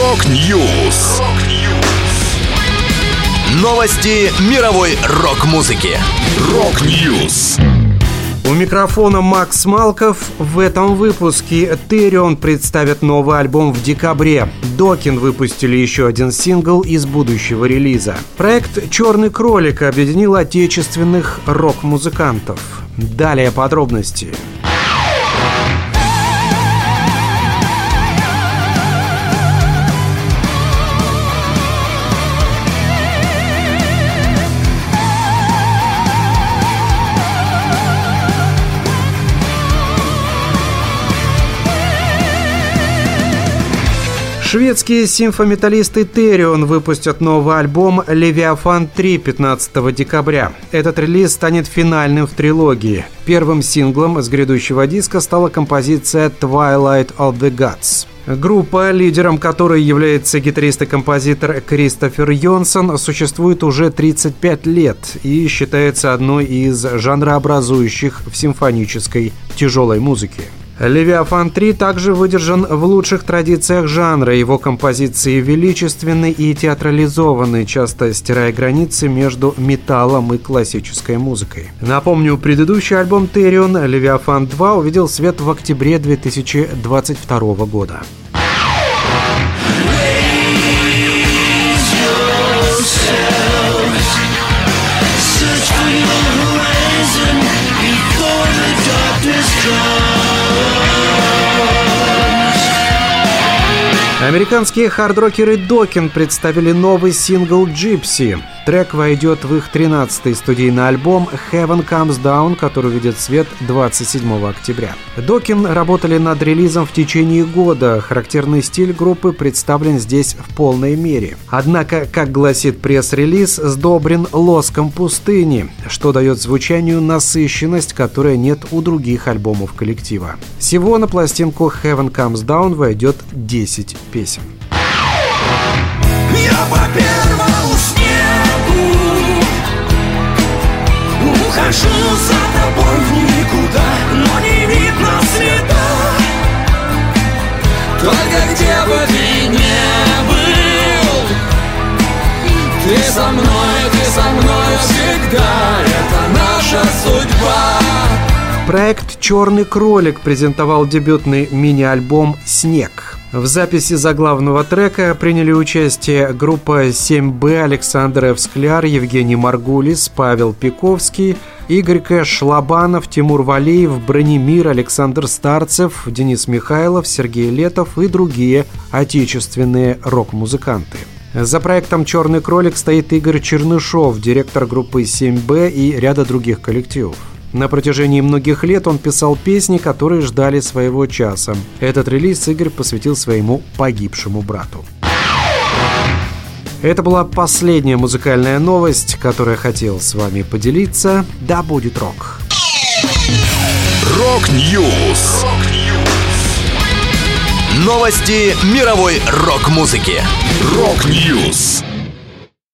Рок-Ньюс. Новости мировой рок-музыки. Рок-Ньюс. У микрофона Макс Малков. В этом выпуске Therion представит новый альбом в декабре. Dokken выпустили еще один сингл из будущего релиза. Проект «Черный кролик» объединил отечественных рок-музыкантов. Далее подробности. Шведские симфометаллисты Therion выпустят новый альбом «Leviathan 3» 15 декабря. Этот релиз станет финальным в трилогии. Первым синглом с грядущего диска стала композиция «Twilight of the Gods». Группа, лидером которой является гитарист и композитор Кристофер Йонсон, существует уже 35 лет и считается одной из жанрообразующих в симфонической тяжелой музыке. «Leviathan 3» также выдержан в лучших традициях жанра. Его композиции величественны и театрализованы, часто стирая границы между металлом и классической музыкой. Напомню, предыдущий альбом Therion «Leviathan 2» увидел свет в октябре 2022 года. Американские хард-рокеры Dokken представили новый сингл «Gypsy». Трек войдет в их 13-й студийный альбом «Heaven Comes Down», который увидит свет 27 октября. Dokken работали над релизом в течение года. Характерный стиль группы представлен здесь в полной мере. Однако, как гласит пресс-релиз, сдобрен лоском пустыни, что дает звучанию насыщенность, которой нет у других альбомов коллектива. Всего на пластинку «Heaven Comes Down» войдет 10 песен. Я по первому снегу ухожу за тобой в никуда, но не видно следа. Только где бы ты не был, ты со мной всегда, это наша судьба. Проект «Черный кролик» презентовал дебютный мини-альбом «Снег». В записи заглавного трека приняли участие группа 7Б, Александр Ф. Скляр, Евгений Маргулис, Павел Пиковский, Игорь Кэш Лобанов, Тимур Валеев, Бронемир, Александр Старцев, Денис Михайлов, Сергей Летов и другие отечественные рок-музыканты. За проектом «Черный кролик» стоит Игорь Чернышов, директор группы 7Б и ряда других коллективов. На протяжении многих лет он писал песни, которые ждали своего часа. Этот релиз Игорь посвятил своему погибшему брату. Это была последняя музыкальная новость, которую я хотел с вами поделиться. Да будет рок! Рок-Ньюс. Новости мировой рок-музыки. Рок-Ньюс.